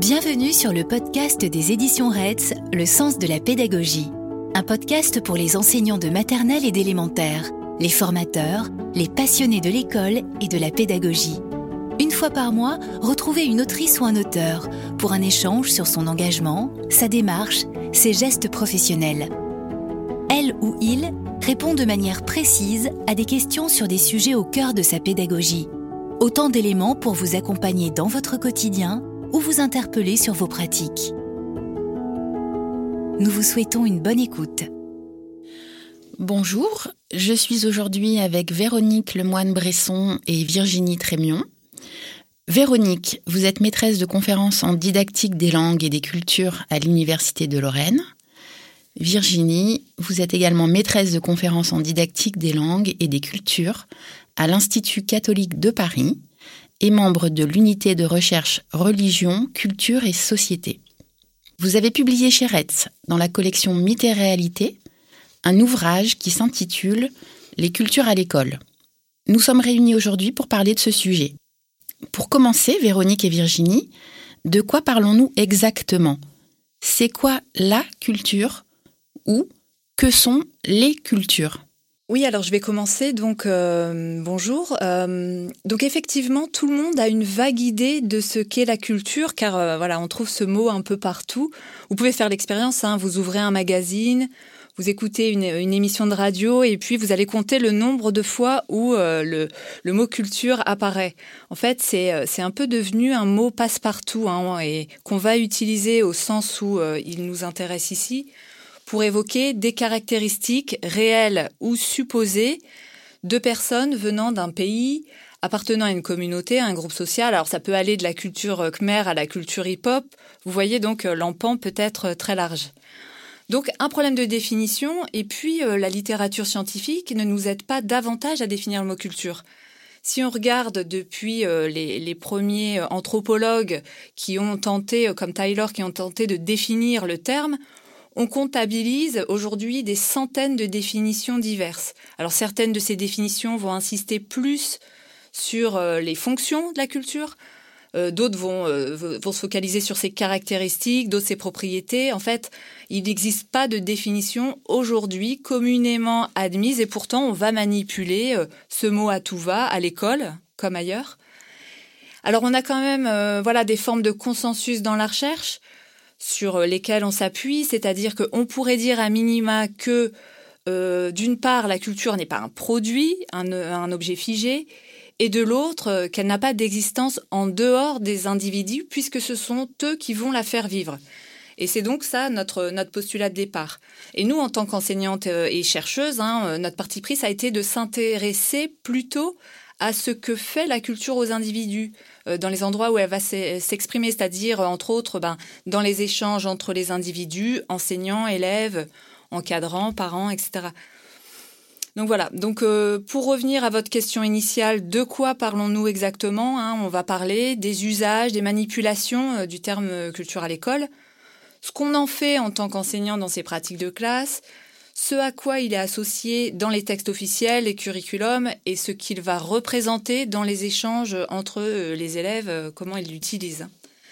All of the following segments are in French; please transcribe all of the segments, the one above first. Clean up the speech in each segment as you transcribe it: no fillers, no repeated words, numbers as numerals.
Bienvenue sur le podcast des éditions Retz, Le sens de la pédagogie. Un podcast pour les enseignants de maternelle et d'élémentaire, les formateurs, les passionnés de l'école et de la pédagogie. Une fois par mois, retrouvez une autrice ou un auteur pour un échange sur son engagement, sa démarche, ses gestes professionnels. Elle ou il répond de manière précise à des questions sur des sujets au cœur de sa pédagogie. Autant d'éléments pour vous accompagner dans votre quotidien ou vous interpeller sur vos pratiques. Nous vous souhaitons une bonne écoute. Bonjour, je suis aujourd'hui avec Véronique Lemoine-Bresson et Virginie Trémion. Véronique, vous êtes maîtresse de conférences en didactique des langues et des cultures à l'Université de Lorraine. Virginie, vous êtes également maîtresse de conférences en didactique des langues et des cultures à l'Institut catholique de Paris et membre de l'unité de recherche Religion, Culture et Société. Vous avez publié chez Retz, dans la collection Mythes et Réalités, un ouvrage qui s'intitule « Les cultures à l'école ». Nous sommes réunis aujourd'hui pour parler de ce sujet. Pour commencer, Véronique et Virginie, de quoi parlons-nous exactement ? C'est quoi la culture ou que sont les cultures ? Oui, alors je vais commencer. Donc, bonjour. Donc effectivement, tout le monde a une vague idée de ce qu'est la culture, car on trouve ce mot un peu partout. Vous pouvez faire l'expérience, vous ouvrez un magazine, vous écoutez une émission de radio, et puis vous allez compter le nombre de fois où le mot culture apparaît. En fait, c'est un peu devenu un mot passe-partout, et qu'on va utiliser au sens où il nous intéresse ici, pour évoquer des caractéristiques réelles ou supposées de personnes venant d'un pays, appartenant à une communauté, à un groupe social. Alors ça peut aller de la culture khmer à la culture hip-hop. Vous voyez donc l'empan peut être très large. Donc un problème de définition, et puis la littérature scientifique ne nous aide pas davantage à définir le mot culture. Si on regarde depuis les premiers anthropologues qui ont tenté, comme Taylor, qui ont tenté de définir le terme, on comptabilise aujourd'hui des centaines de définitions diverses. Alors certaines de ces définitions vont insister plus sur les fonctions de la culture, d'autres vont se focaliser sur ses caractéristiques, d'autres ses propriétés. En fait, il n'existe pas de définition aujourd'hui communément admise, et pourtant on va manipuler ce mot à tout va à l'école comme ailleurs. Alors on a quand même des formes de consensus dans la recherche sur lesquels on s'appuie, c'est-à-dire qu'on pourrait dire à minima que, d'une part, la culture n'est pas un produit, un objet figé, et de l'autre, qu'elle n'a pas d'existence en dehors des individus, puisque ce sont eux qui vont la faire vivre. Et c'est donc ça notre postulat de départ. Et nous, en tant qu'enseignantes et chercheuses, notre parti pris, ça a été de s'intéresser plutôt à ce que fait la culture aux individus, dans les endroits où elle va s'exprimer, c'est-à-dire, entre autres, dans les échanges entre les individus, enseignants, élèves, encadrants, parents, etc. Donc voilà. Donc pour revenir à votre question initiale, de quoi parlons-nous exactement ? On va parler des usages, des manipulations du terme culture à l'école, ce qu'on en fait en tant qu'enseignant dans ses pratiques de classe, ce à quoi il est associé dans les textes officiels, les curriculums, et ce qu'il va représenter dans les échanges entre les élèves, comment ils l'utilisent.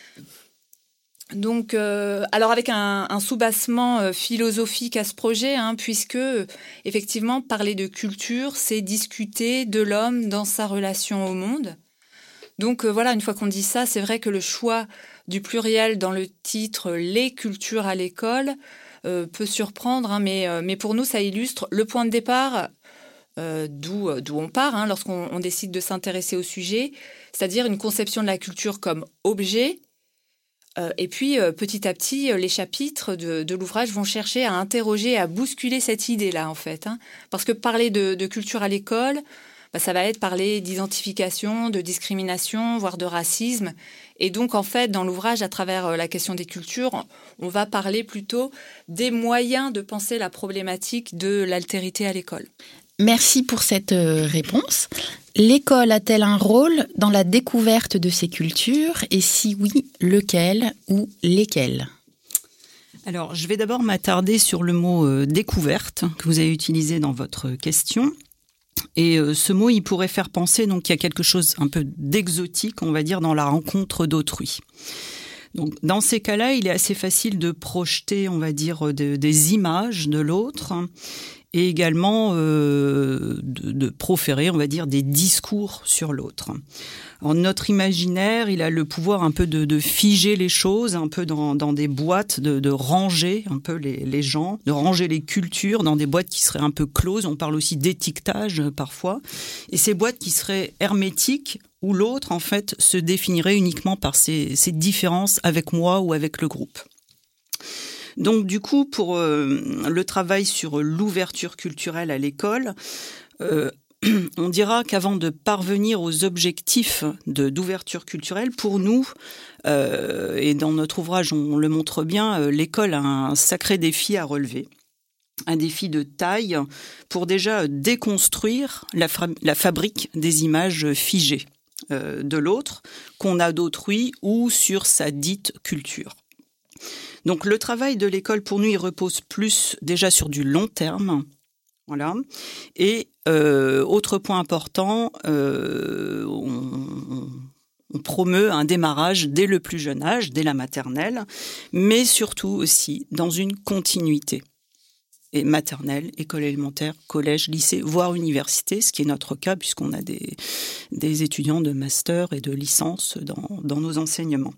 Donc, alors avec un soubassement philosophique à ce projet, puisque effectivement parler de culture, c'est discuter de l'homme dans sa relation au monde. Donc une fois qu'on dit ça, c'est vrai que le choix du pluriel dans le titre « Les cultures à l'école » peut surprendre, mais pour nous, ça illustre le point de départ d'où on part lorsqu'on décide de s'intéresser au sujet, c'est-à-dire une conception de la culture comme objet. Et puis, petit à petit, les chapitres de l'ouvrage vont chercher à interroger, à bousculer cette idée-là, en fait. Parce que parler de culture à l'école, ça va être parler d'identification, de discrimination, voire de racisme. Et donc, en fait, dans l'ouvrage, à travers la question des cultures, on va parler plutôt des moyens de penser la problématique de l'altérité à l'école. Merci pour cette réponse. L'école a-t-elle un rôle dans la découverte de ces cultures ? Et si oui, lequel ou lesquels ? Alors, je vais d'abord m'attarder sur le mot « découverte » que vous avez utilisé dans votre question. Et ce mot, il pourrait faire penser donc qu'il y a quelque chose un peu d'exotique, on va dire, dans la rencontre d'autrui. Donc, dans ces cas-là, il est assez facile de projeter, on va dire, des images de l'autre et également de proférer, on va dire, des discours sur l'autre. Alors, notre imaginaire, il a le pouvoir un peu de figer les choses, un peu dans des boîtes, de ranger un peu les gens, de ranger les cultures dans des boîtes qui seraient un peu closes. On parle aussi d'étiquetage parfois. Et ces boîtes qui seraient hermétiques, où l'autre, en fait, se définirait uniquement par ces différences avec moi ou avec le groupe. Donc, du coup, pour le travail sur l'ouverture culturelle à l'école, on dira qu'avant de parvenir aux objectifs d'ouverture culturelle, pour nous, et dans notre ouvrage on le montre bien, l'école a un sacré défi à relever. Un défi de taille pour déjà déconstruire la fabrique des images figées de l'autre, qu'on a d'autrui ou sur sa dite culture. Donc le travail de l'école pour nous, il repose plus déjà sur du long terme. Voilà. Et autre point important, on promeut un démarrage dès le plus jeune âge, dès la maternelle, mais surtout aussi dans une continuité. Et maternelle, école élémentaire, collège, lycée, voire université, ce qui est notre cas puisqu'on a des étudiants de master et de licence dans nos enseignements.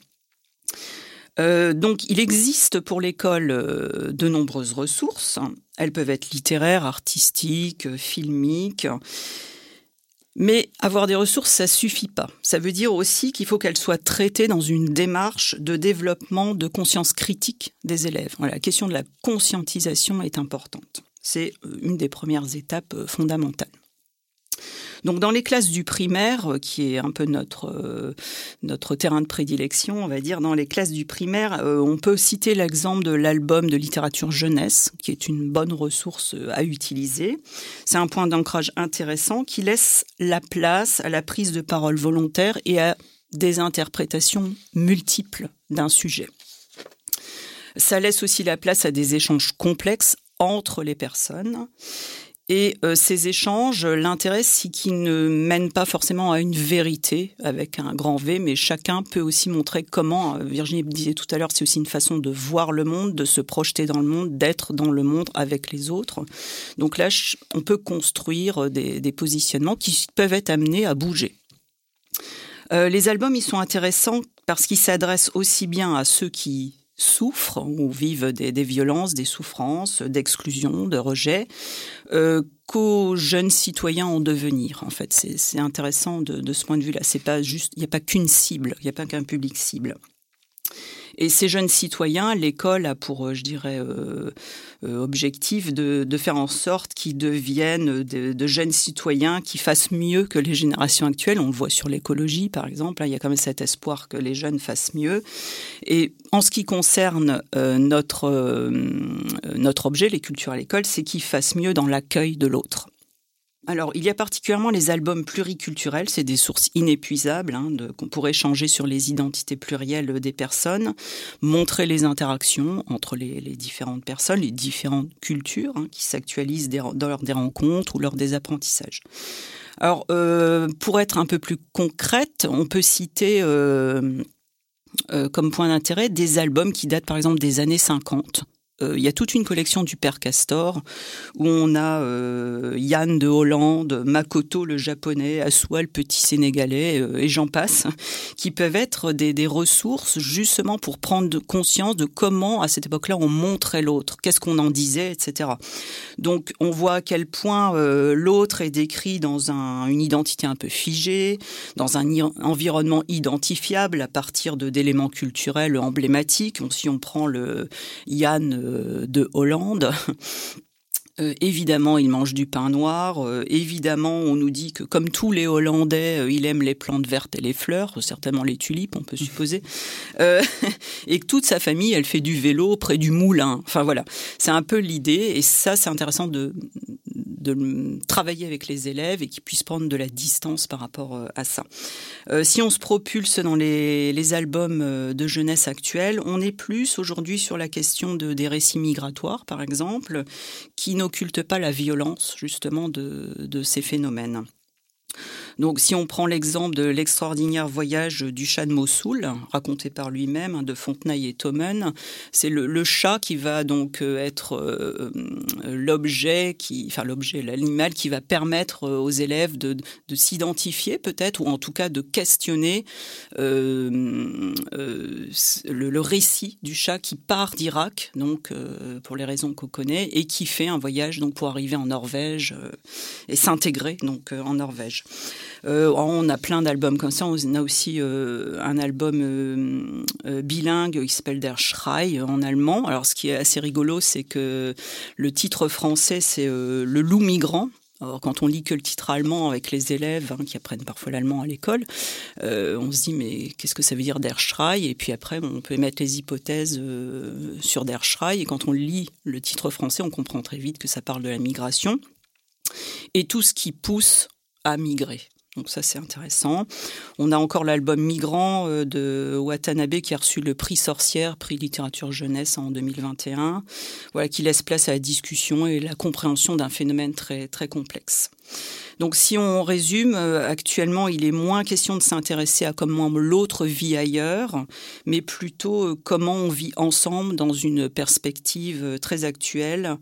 Donc, il existe pour l'école de nombreuses ressources. Elles peuvent être littéraires, artistiques, filmiques. Mais avoir des ressources, ça suffit pas. Ça veut dire aussi qu'il faut qu'elles soient traitées dans une démarche de développement de conscience critique des élèves. Voilà, la question de la conscientisation est importante. C'est une des premières étapes fondamentales. Donc dans les classes du primaire, qui est un peu notre terrain de prédilection, on va dire, dans les classes du primaire, on peut citer l'exemple de l'album de littérature jeunesse, qui est une bonne ressource à utiliser. C'est un point d'ancrage intéressant qui laisse la place à la prise de parole volontaire et à des interprétations multiples d'un sujet. Ça laisse aussi la place à des échanges complexes entre les personnes. Et ces échanges, l'intérêt, c'est qu'ils ne mènent pas forcément à une vérité avec un grand V, mais chacun peut aussi montrer comment, Virginie disait tout à l'heure, c'est aussi une façon de voir le monde, de se projeter dans le monde, d'être dans le monde avec les autres. Donc là, on peut construire des positionnements qui peuvent être amenés à bouger. Les albums, ils sont intéressants parce qu'ils s'adressent aussi bien à ceux qui souffrent ou vivent des violences, des souffrances, d'exclusion, de rejet, qu'aux jeunes citoyens en devenir. En fait, c'est intéressant de ce point de vue-là. C'est pas juste, il n'y a pas qu'une cible, il n'y a pas qu'un public cible. Et ces jeunes citoyens, l'école a pour, je dirais, objectif de faire en sorte qu'ils deviennent de jeunes citoyens qui fassent mieux que les générations actuelles. On le voit sur l'écologie, par exemple. Il y a quand même cet espoir que les jeunes fassent mieux. Et en ce qui concerne notre objet, les cultures à l'école, c'est qu'ils fassent mieux dans l'accueil de l'autre. Alors, il y a particulièrement les albums pluriculturels, c'est des sources inépuisables qu'on pourrait échanger sur les identités plurielles des personnes, montrer les interactions entre les différentes personnes, les différentes cultures qui s'actualisent lors des rencontres ou lors des apprentissages. Alors, pour être un peu plus concrète, on peut citer comme point d'intérêt des albums qui datent par exemple des années 50. Il y a toute une collection du Père Castor où on a Yann de Hollande, Makoto le japonais, Assoua le petit sénégalais et j'en passe, qui peuvent être des ressources justement pour prendre conscience de comment à cette époque-là on montrait l'autre, qu'est-ce qu'on en disait, etc. Donc on voit à quel point l'autre est décrit dans une identité un peu figée, dans un environnement identifiable à partir d'éléments culturels emblématiques. Si on prend le Yann de Hollande, évidemment, il mange du pain noir. Évidemment, on nous dit que comme tous les Hollandais, il aime les plantes vertes et les fleurs, certainement les tulipes, on peut supposer. Et que toute sa famille, elle fait du vélo près du moulin. Enfin voilà, c'est un peu l'idée. Et ça, c'est intéressant de travailler avec les élèves et qu'ils puissent prendre de la distance par rapport à ça. Si on se propulse dans les albums de jeunesse actuels, on est plus aujourd'hui sur la question des récits migratoires, par exemple, qui n'occultent pas la violence, justement, de ces phénomènes. Donc, si on prend l'exemple de l'extraordinaire voyage du chat de Mossoul, raconté par lui-même, de Fontenay et Tommen, c'est le chat qui va donc être l'animal qui va permettre aux élèves de s'identifier peut-être, ou en tout cas de questionner le récit du chat qui part d'Irak, donc pour les raisons qu'on connaît, et qui fait un voyage donc pour arriver en Norvège et s'intégrer donc en Norvège. On a plein d'albums comme ça. On a aussi un album bilingue qui s'appelle Der Schrei en allemand. Alors, ce qui est assez rigolo, c'est que le titre français, c'est Le loup migrant. Alors, quand on lit que le titre allemand avec les élèves qui apprennent parfois l'allemand à l'école, on se dit mais qu'est-ce que ça veut dire Der Schrei ? Et puis après, on peut émettre les hypothèses sur Der Schrei. Et quand on lit le titre français, on comprend très vite que ça parle de la migration et tout ce qui pousse à migrer. Donc ça, c'est intéressant. On a encore l'album Migrant de Watanabe qui a reçu le prix Sorcière, prix littérature jeunesse en 2021, qui laisse place à la discussion et la compréhension d'un phénomène très, très complexe. Donc si on résume, actuellement, il est moins question de s'intéresser à comment l'autre vit ailleurs, mais plutôt comment on vit ensemble dans une perspective très actuelle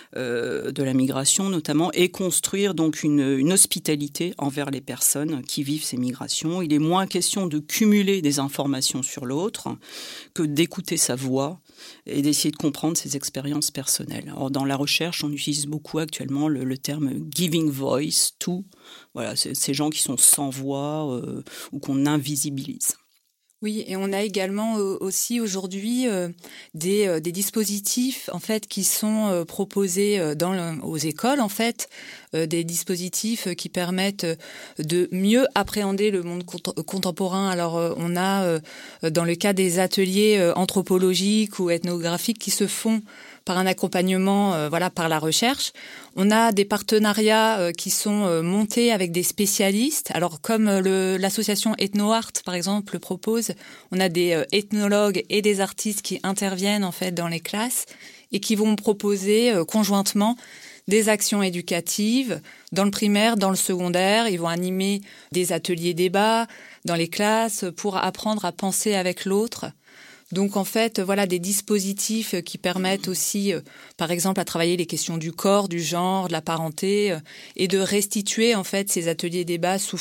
de la migration notamment, et construire donc une hospitalité envers les personnes qui vivent ces migrations. Il est moins question de cumuler des informations sur l'autre que d'écouter sa voix et d'essayer de comprendre ses expériences personnelles. Alors, dans la recherche, on utilise beaucoup actuellement le terme « giving voice to ». Voilà, c'est ces gens qui sont sans voix ou qu'on invisibilise. Oui, et on a également aussi aujourd'hui des dispositifs en fait qui sont proposés aux écoles en fait, des dispositifs qui permettent de mieux appréhender le monde contemporain. Alors on a dans le cas des ateliers anthropologiques ou ethnographiques qui se font par un accompagnement, par la recherche. On a des partenariats qui sont montés avec des spécialistes. Alors, comme l'association EthnoArt, par exemple, le propose, on a des ethnologues et des artistes qui interviennent, en fait, dans les classes et qui vont proposer conjointement des actions éducatives dans le primaire, dans le secondaire. Ils vont animer des ateliers débats dans les classes pour apprendre à penser avec l'autre. Donc, en fait, des dispositifs qui permettent aussi, par exemple, à travailler les questions du corps, du genre, de la parenté, et de restituer, en fait, ces ateliers débats sous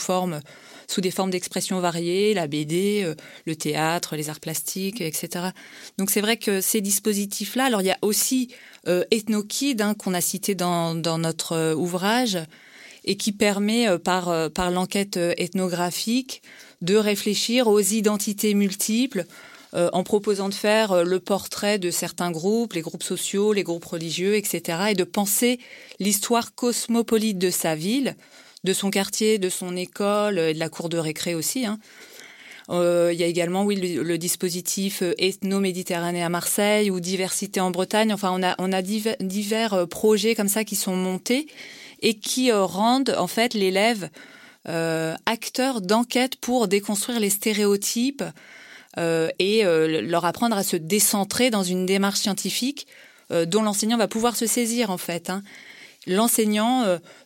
des formes d'expression variées, la BD, le théâtre, les arts plastiques, etc. Donc, c'est vrai que ces dispositifs-là, alors il y a aussi EthnoKid, qu'on a cité dans notre ouvrage, et qui permet, par l'enquête ethnographique, de réfléchir aux identités multiples, en proposant de faire le portrait de certains groupes, les groupes sociaux, les groupes religieux, etc., et de penser l'histoire cosmopolite de sa ville, de son quartier, de son école, et de la cour de récré aussi. Il y a également, le dispositif Ethno-Méditerranée à Marseille ou Diversité en Bretagne. Enfin, on a divers projets comme ça qui sont montés et qui rendent en fait l'élève acteur d'enquête pour déconstruire les stéréotypes, et leur apprendre à se décentrer dans une démarche scientifique dont l'enseignant va pouvoir se saisir en fait. L'enseignant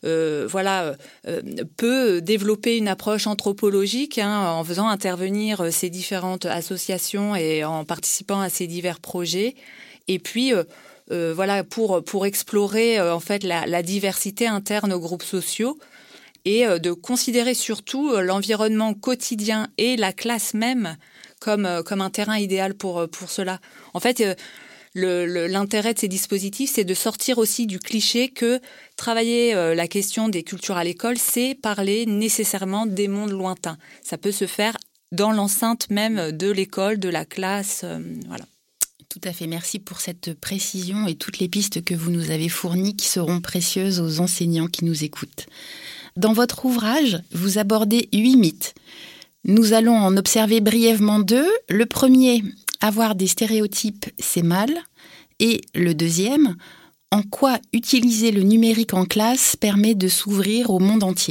peut développer une approche anthropologique en faisant intervenir ces différentes associations et en participant à ces divers projets. Et puis pour explorer en fait la diversité interne aux groupes sociaux et de considérer surtout l'environnement quotidien et la classe même comme un terrain idéal pour cela. En fait, l'intérêt de ces dispositifs, c'est de sortir aussi du cliché que travailler la question des cultures à l'école, c'est parler nécessairement des mondes lointains. Ça peut se faire dans l'enceinte même de l'école, de la classe, voilà. Tout à fait, merci pour cette précision et toutes les pistes que vous nous avez fournies qui seront précieuses aux enseignants qui nous écoutent. Dans votre ouvrage, vous abordez 8 mythes. Nous allons en observer brièvement 2. Le premier, avoir des stéréotypes, c'est mal. Et le deuxième, en quoi utiliser le numérique en classe permet de s'ouvrir au monde entier ?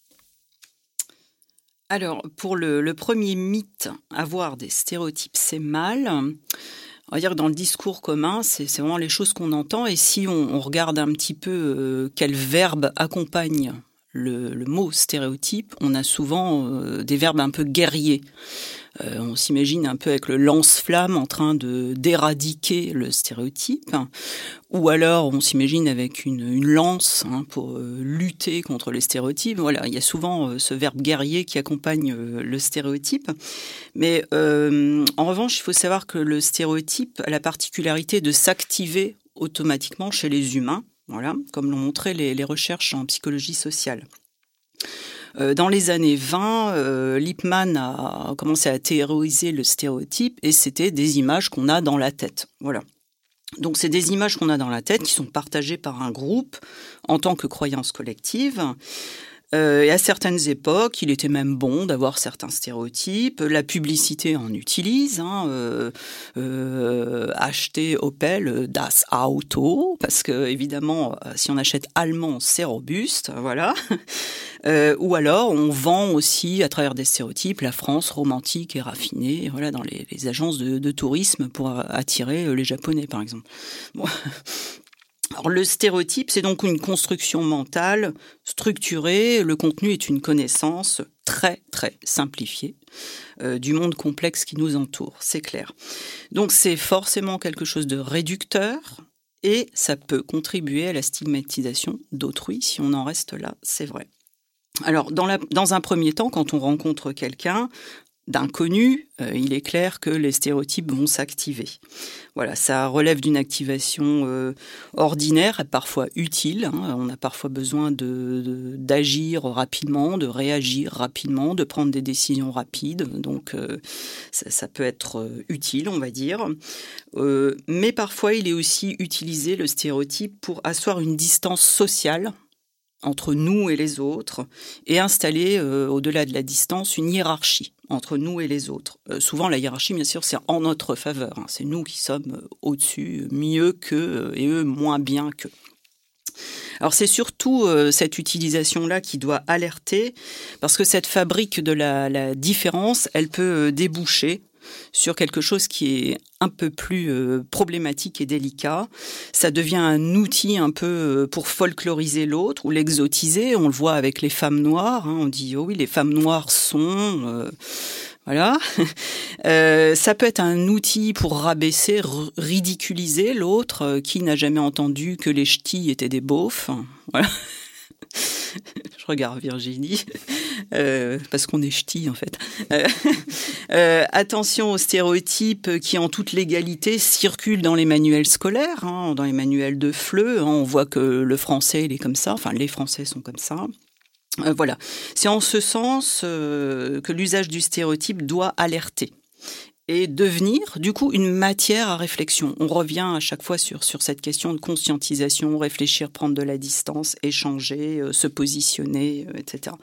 Alors, pour le premier mythe, avoir des stéréotypes, c'est mal. On va dire que dans le discours commun, c'est vraiment les choses qu'on entend. Et si on regarde un petit peu quel verbe accompagne le mot stéréotype, on a souvent des verbes un peu guerriers. On s'imagine un peu avec le lance-flamme en train d'éradiquer le stéréotype, ou alors on s'imagine avec une lance pour lutter contre les stéréotypes. Voilà, il y a souvent ce verbe guerrier qui accompagne le stéréotype. Mais en revanche, il faut savoir que le stéréotype a la particularité de s'activer automatiquement chez les humains, voilà, comme l'ont montré les recherches en psychologie sociale. Dans les années 20, Lippmann a commencé à théoriser le stéréotype et c'était des images qu'on a dans la tête. Voilà. Donc c'est des images qu'on a dans la tête qui sont partagées par un groupe en tant que croyance collective. Et à certaines époques, il était même bon d'avoir certains stéréotypes. La publicité en utilise. Acheter Opel, das Auto, parce que évidemment, si on achète allemand, c'est robuste, voilà. Ou alors, on vend aussi à travers des stéréotypes la France romantique et raffinée, voilà, dans les agences de tourisme pour attirer les Japonais, par exemple. Bon. Alors, le stéréotype, c'est donc une construction mentale structurée. Le contenu est une connaissance très, très simplifiée du monde complexe qui nous entoure, c'est clair. Donc, c'est forcément quelque chose de réducteur et ça peut contribuer à la stigmatisation d'autrui. Si on en reste là, c'est vrai. Alors, dans un premier temps, quand on rencontre quelqu'un d'inconnu, il est clair que les stéréotypes vont s'activer. Voilà, ça relève d'une activation ordinaire, parfois utile. On a parfois besoin d'agir rapidement, de réagir rapidement, de prendre des décisions rapides. Donc, ça peut être utile, on va dire. Mais parfois, il est aussi utilisé, le stéréotype, pour asseoir une distance sociale entre nous et les autres, et installer, au-delà de la distance, une hiérarchie entre nous et les autres. Souvent, la hiérarchie, bien sûr, c'est en notre faveur. C'est nous qui sommes au-dessus, mieux qu'eux, et eux, moins bien qu'eux. Alors, c'est surtout cette utilisation-là qui doit alerter, parce que cette fabrique de la différence, elle peut déboucher sur quelque chose qui est un peu plus problématique et délicat. Ça devient un outil un peu pour folkloriser l'autre ou l'exotiser. On le voit avec les femmes noires. On dit, oh oui, les femmes noires sont... Voilà. Ça peut être un outil pour rabaisser, ridiculiser l'autre qui n'a jamais entendu que les ch'tis étaient des beaufs. Voilà. Je regarde Virginie, parce qu'on est ch'tis en fait. Attention aux stéréotypes qui, en toute légalité, circulent dans les manuels scolaires, dans les manuels de FLE. On voit que le français, il est comme ça, enfin les Français sont comme ça. Voilà. C'est en ce sens que l'usage du stéréotype doit alerter et devenir, du coup, une matière à réflexion. On revient à chaque fois sur cette question de conscientisation, réfléchir, prendre de la distance, échanger, se positionner, etc.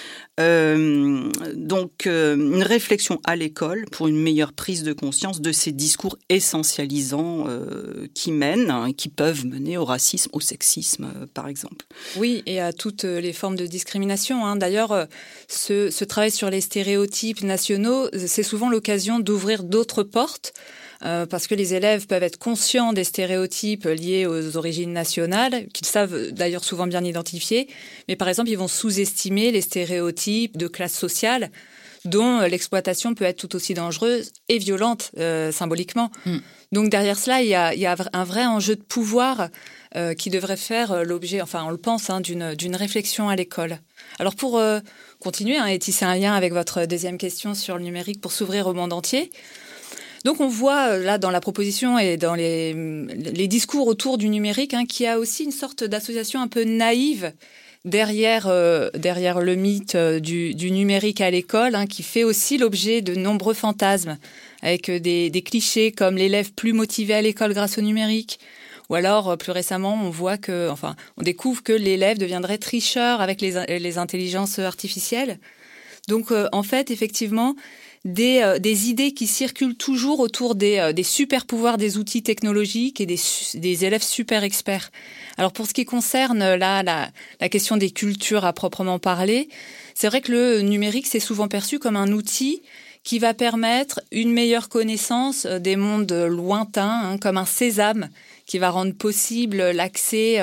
Donc, une réflexion à l'école pour une meilleure prise de conscience de ces discours essentialisants qui mènent, qui peuvent mener au racisme, au sexisme, par exemple. Oui, et à toutes les formes de discrimination. D'ailleurs, ce travail sur les stéréotypes nationaux, c'est souvent l'occasion d'ouvrir d'autres portes. Parce que les élèves peuvent être conscients des stéréotypes liés aux origines nationales, qu'ils savent d'ailleurs souvent bien identifier, mais par exemple, ils vont sous-estimer les stéréotypes de classe sociale, dont l'exploitation peut être tout aussi dangereuse et violente symboliquement. Donc derrière cela, il y a un vrai enjeu de pouvoir qui devrait faire l'objet, enfin on le pense, d'une réflexion à l'école. Alors pour continuer et tisser un lien avec votre deuxième question sur le numérique pour s'ouvrir au monde entier, donc on voit là dans la proposition et dans les discours autour du numérique qu'il y a aussi une sorte d'association un peu naïve derrière le mythe du numérique à l'école, qui fait aussi l'objet de nombreux fantasmes, avec des clichés comme l'élève plus motivé à l'école grâce au numérique, ou alors plus récemment on découvre que l'élève deviendrait tricheur avec les intelligences artificielles. Donc en fait effectivement des idées qui circulent toujours autour des super pouvoirs des outils technologiques et des élèves super experts. Alors pour ce qui concerne la question des cultures à proprement parler, c'est vrai que le numérique c'est souvent perçu comme un outil qui va permettre une meilleure connaissance des mondes lointains, comme un sésame qui va rendre possible l'accès,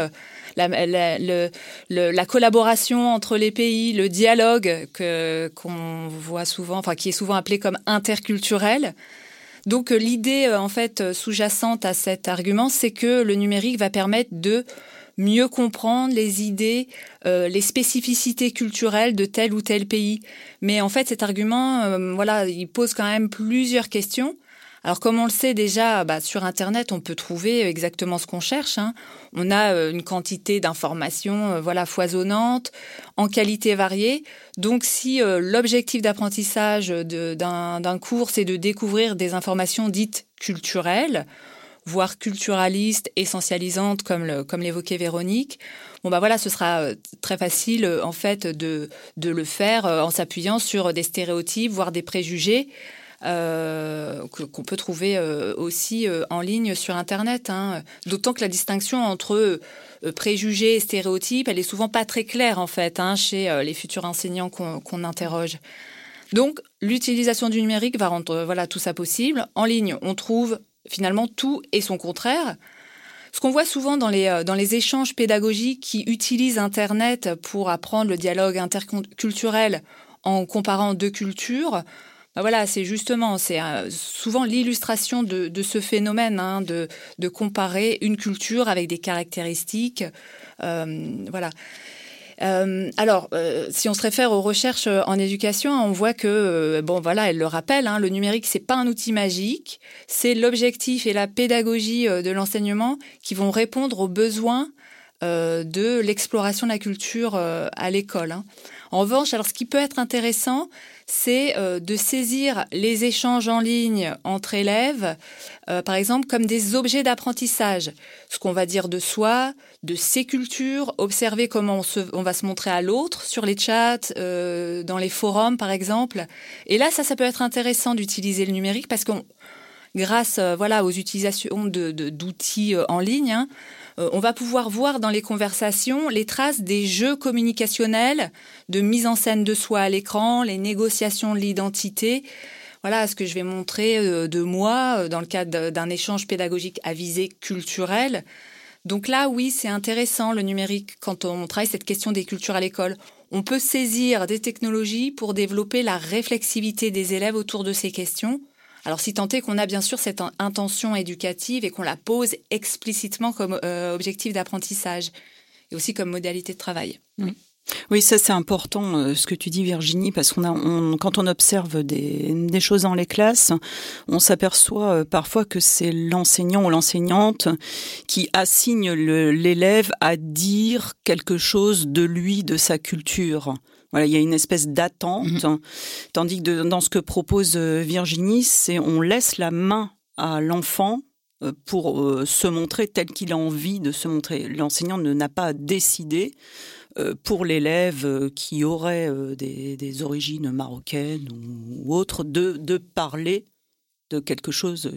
la collaboration entre les pays, le dialogue qu'on voit souvent, qui est souvent appelé comme interculturel. Donc l'idée en fait sous-jacente à cet argument, c'est que le numérique va permettre de mieux comprendre les idées, les spécificités culturelles de tel ou tel pays. Mais en fait, cet argument, il pose quand même plusieurs questions. Alors, comme on le sait déjà, sur Internet, on peut trouver exactement ce qu'on cherche. On a une quantité d'informations, foisonnante, en qualité variée. Donc, si l'objectif d'apprentissage d'un cours, c'est de découvrir des informations dites culturelles, voire culturalistes, essentialisantes, comme l'évoquait Véronique, ce sera très facile en fait de le faire en s'appuyant sur des stéréotypes, voire des préjugés. Qu'on peut trouver aussi en ligne sur Internet. D'autant que la distinction entre préjugés et stéréotypes, elle est souvent pas très claire en fait chez les futurs enseignants qu'on interroge. Donc, l'utilisation du numérique va rendre tout ça possible. En ligne, on trouve finalement tout et son contraire. Ce qu'on voit souvent dans les échanges pédagogiques qui utilisent Internet pour apprendre le dialogue interculturel en comparant deux cultures, c'est souvent l'illustration de ce phénomène, de comparer une culture avec des caractéristiques. Si on se réfère aux recherches en éducation, on voit que, elle le rappelle, le numérique, c'est pas un outil magique, c'est l'objectif et la pédagogie de l'enseignement qui vont répondre aux besoins de l'exploration de la culture à l'école. En revanche, alors ce qui peut être intéressant, c'est de saisir les échanges en ligne entre élèves, par exemple, comme des objets d'apprentissage. Ce qu'on va dire de soi, de ses cultures, observer comment on va se montrer à l'autre sur les chats, dans les forums, par exemple. Et là, ça peut être intéressant d'utiliser le numérique parce qu'on, grâce aux utilisations d'outils en ligne, on va pouvoir voir dans les conversations les traces des jeux communicationnels de mise en scène de soi à l'écran, les négociations de l'identité. Voilà ce que je vais montrer de moi dans le cadre d'un échange pédagogique à visée culturelle. Donc là, oui, c'est intéressant le numérique quand on travaille cette question des cultures à l'école. On peut saisir des technologies pour développer la réflexivité des élèves autour de ces questions. Alors, si tant est qu'on a bien sûr cette intention éducative et qu'on la pose explicitement comme objectif d'apprentissage et aussi comme modalité de travail. Oui, ça c'est important ce que tu dis Virginie, parce quand on observe des choses dans les classes, on s'aperçoit parfois que c'est l'enseignant ou l'enseignante qui assigne l'élève à dire quelque chose de lui, de sa culture. Voilà, il y a une espèce d'attente, tandis que dans ce que propose Virginie, c'est on laisse la main à l'enfant pour se montrer tel qu'il a envie de se montrer. L'enseignant n'a pas décidé pour l'élève qui aurait des origines marocaines ou autres de parler de quelque chose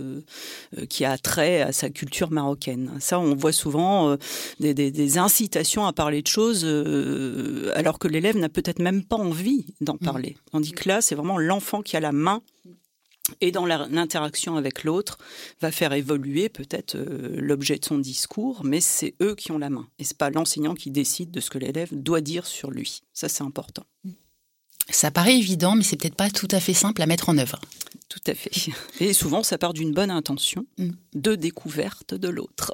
qui a trait à sa culture marocaine. Ça, on voit souvent des incitations à parler de choses alors que l'élève n'a peut-être même pas envie d'en parler. Tandis que là, c'est vraiment l'enfant qui a la main et dans l'interaction avec l'autre va faire évoluer peut-être l'objet de son discours, mais c'est eux qui ont la main. Et c'est pas l'enseignant qui décide de ce que l'élève doit dire sur lui. Ça, c'est important. Ça paraît évident, mais c'est peut-être pas tout à fait simple à mettre en œuvre. Tout à fait. Et souvent, ça part d'une bonne intention de découverte de l'autre.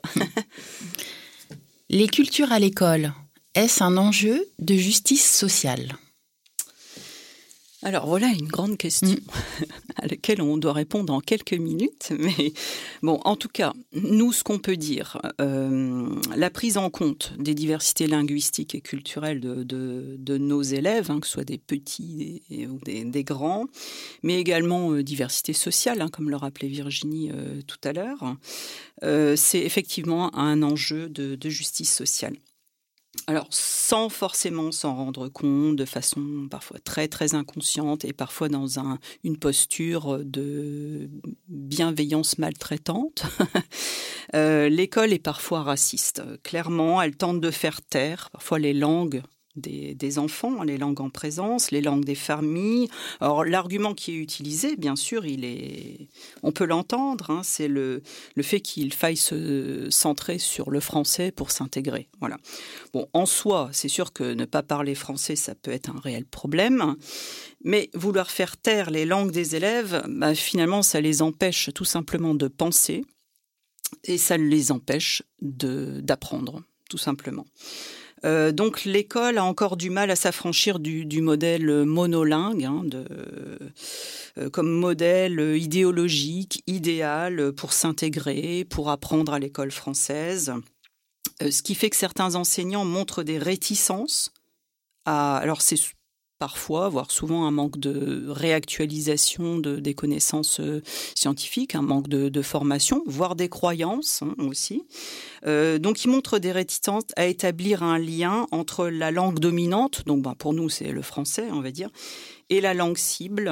Les cultures à l'école, est-ce un enjeu de justice sociale ? Alors voilà une grande question à laquelle on doit répondre en quelques minutes. Mais bon, en tout cas, nous, ce qu'on peut dire, la prise en compte des diversités linguistiques et culturelles de nos élèves, que ce soit des petits ou des grands, mais également diversité sociale, comme le rappelait Virginie tout à l'heure, c'est effectivement un enjeu de justice sociale. Alors, sans forcément s'en rendre compte, de façon parfois très, très inconsciente et parfois dans une posture de bienveillance maltraitante, l'école est parfois raciste. Clairement, elle tente de faire taire parfois les langues des enfants, les langues en présence, les langues des familles. Alors l'argument qui est utilisé, bien sûr, on peut l'entendre, hein, c'est le fait qu'il faille se centrer sur le français pour s'intégrer. Voilà. Bon, en soi, c'est sûr que ne pas parler français, ça peut être un réel problème, mais vouloir faire taire les langues des élèves, finalement, ça les empêche tout simplement de penser et ça les empêche d'apprendre, tout simplement. Donc l'école a encore du mal à s'affranchir du modèle monolingue, hein, comme modèle idéologique, idéal pour s'intégrer, pour apprendre à l'école française. Ce qui fait que certains enseignants montrent des réticences alors c'est parfois, voire souvent, un manque de réactualisation des connaissances scientifiques, un manque de formation, voire des croyances aussi. Donc, il montre des réticences à établir un lien entre la langue dominante, donc pour nous c'est le français, on va dire, et la langue cible,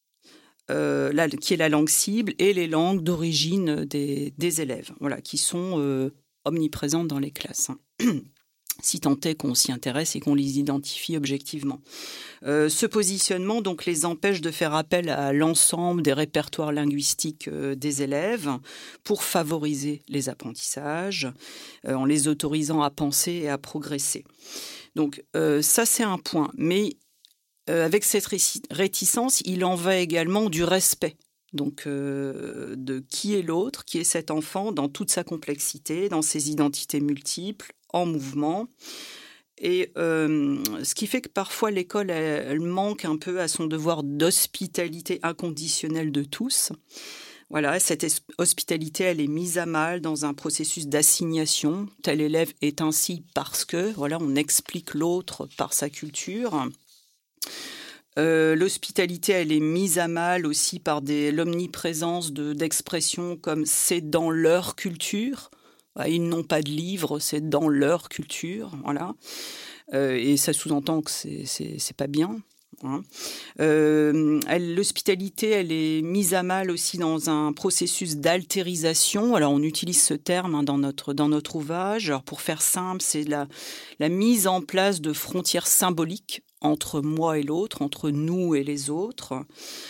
qui est la langue cible, et les langues d'origine des élèves, voilà, qui sont omniprésentes dans les classes. Si tant est qu'on s'y intéresse et qu'on les identifie objectivement. Ce positionnement donc les empêche de faire appel à l'ensemble des répertoires linguistiques des élèves pour favoriser les apprentissages, en les autorisant à penser et à progresser. Donc ça c'est un point, mais avec cette réticence, il en va également du respect. Donc, de qui est l'autre, qui est cet enfant dans toute sa complexité, dans ses identités multiples, en mouvement. Et ce qui fait que parfois l'école, elle manque un peu à son devoir d'hospitalité inconditionnelle de tous. Voilà, cette hospitalité, elle est mise à mal dans un processus d'assignation. Tel élève est ainsi parce que, voilà, on explique l'autre par sa culture. L'hospitalité, elle est mise à mal aussi par l'omniprésence d'expressions comme « c'est dans leur culture ». Ils n'ont pas de livre, c'est dans leur culture, voilà. Et ça sous-entend que c'est pas bien. Hein. L'hospitalité, elle est mise à mal aussi dans un processus d'altérisation. Alors, on utilise ce terme dans notre ouvrage. Alors, pour faire simple, c'est la mise en place de frontières symboliques entre moi et l'autre, entre nous et les autres.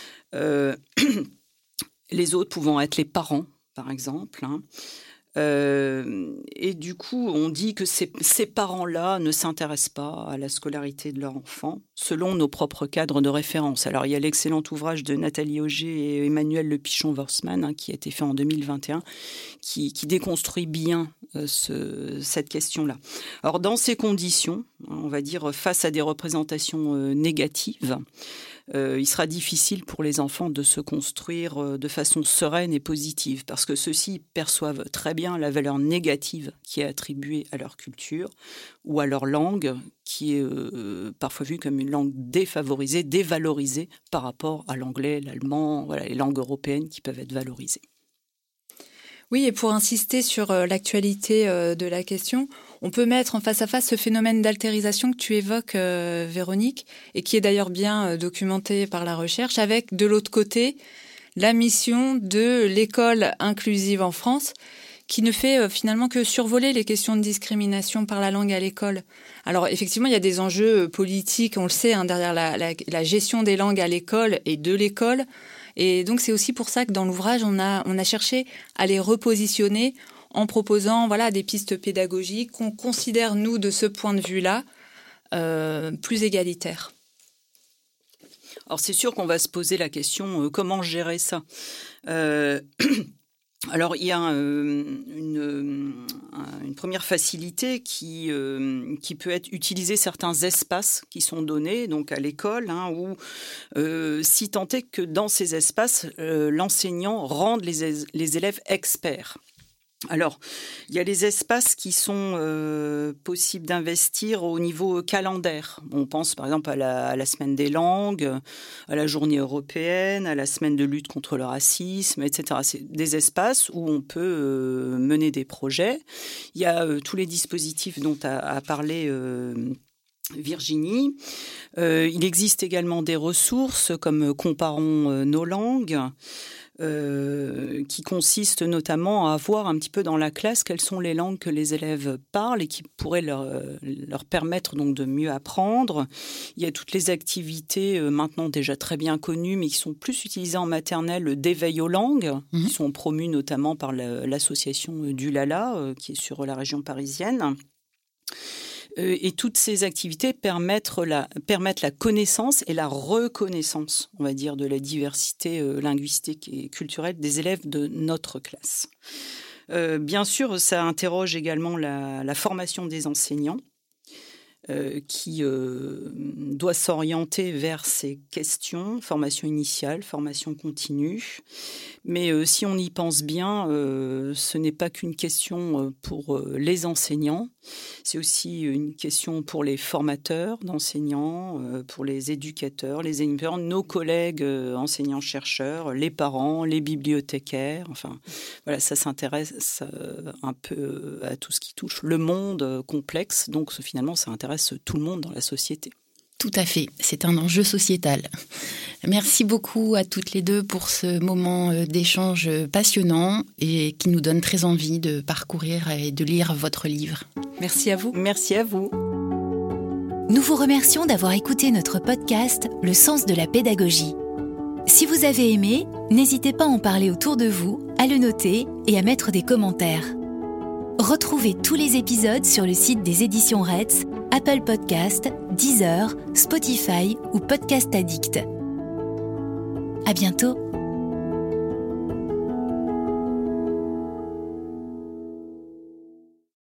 Les autres pouvant être les parents, par exemple. Hein. Et du coup, on dit que ces parents-là ne s'intéressent pas à la scolarité de leur enfant, selon nos propres cadres de référence. Alors, il y a l'excellent ouvrage de Nathalie Auger et Emmanuel Le Pichon-Worsman, qui a été fait en 2021, qui déconstruit bien cette question-là. Alors, dans ces conditions, on va dire face à des représentations négatives, il sera difficile pour les enfants de se construire de façon sereine et positive, parce que ceux-ci perçoivent très bien la valeur négative qui est attribuée à leur culture ou à leur langue, qui est parfois vue comme une langue défavorisée, dévalorisée par rapport à l'anglais, l'allemand, voilà, les langues européennes qui peuvent être valorisées. Oui, et pour insister sur l'actualité de la question, on peut mettre en face à face ce phénomène d'altérisation que tu évoques, Véronique, et qui est d'ailleurs bien documenté par la recherche, avec de l'autre côté la mission de l'école inclusive en France, qui ne fait finalement que survoler les questions de discrimination par la langue à l'école. Alors effectivement, il y a des enjeux politiques, on le sait, hein, derrière la gestion des langues à l'école et de l'école. Et donc c'est aussi pour ça que dans l'ouvrage, on a cherché à les repositionner en proposant des pistes pédagogiques qu'on considère, nous, de ce point de vue-là, plus égalitaires. Alors c'est sûr qu'on va se poser la question comment gérer ça. Alors, il y a une première facilité qui peut être utiliser certains espaces qui sont donnés donc à l'école, hein, où si tant est que dans ces espaces, l'enseignant rende les élèves experts. Alors, il y a les espaces qui sont possibles d'investir au niveau calendaire. On pense par exemple à la semaine des langues, à la journée européenne, à la semaine de lutte contre le racisme, etc. C'est des espaces où on peut mener des projets. Il y a tous les dispositifs dont a parlé Virginie. Il existe également des ressources comme Comparons nos langues. qui consiste notamment à voir un petit peu dans la classe quelles sont les langues que les élèves parlent et qui pourraient leur permettre donc de mieux apprendre. Il y a toutes les activités maintenant déjà très bien connues, mais qui sont plus utilisées en maternelle, d'éveil aux langues, qui sont promues notamment par l'association d'Ulala, qui est sur la région parisienne. Et toutes ces activités permettent la connaissance et la reconnaissance, on va dire, de la diversité linguistique et culturelle des élèves de notre classe. Bien sûr, ça interroge également la formation des enseignants, qui doit s'orienter vers ces questions, formation initiale, formation continue. Mais si on y pense bien, ce n'est pas qu'une question pour les enseignants, c'est aussi une question pour les formateurs d'enseignants, pour les éducateurs, les animateurs, nos collègues enseignants-chercheurs, les parents, les bibliothécaires. Enfin, voilà, ça s'intéresse un peu à tout ce qui touche le monde complexe. Donc finalement, ça intéresse tout le monde dans la société. Tout à fait, c'est un enjeu sociétal. Merci beaucoup à toutes les deux pour ce moment d'échange passionnant et qui nous donne très envie de parcourir et de lire votre livre. Merci à vous. Merci à vous. Nous vous remercions d'avoir écouté notre podcast « Le sens de la pédagogie ». Si vous avez aimé, n'hésitez pas à en parler autour de vous, à le noter et à mettre des commentaires. Retrouvez tous les épisodes sur le site des éditions Retz, Apple Podcast, Deezer, Spotify ou Podcast Addict. À bientôt.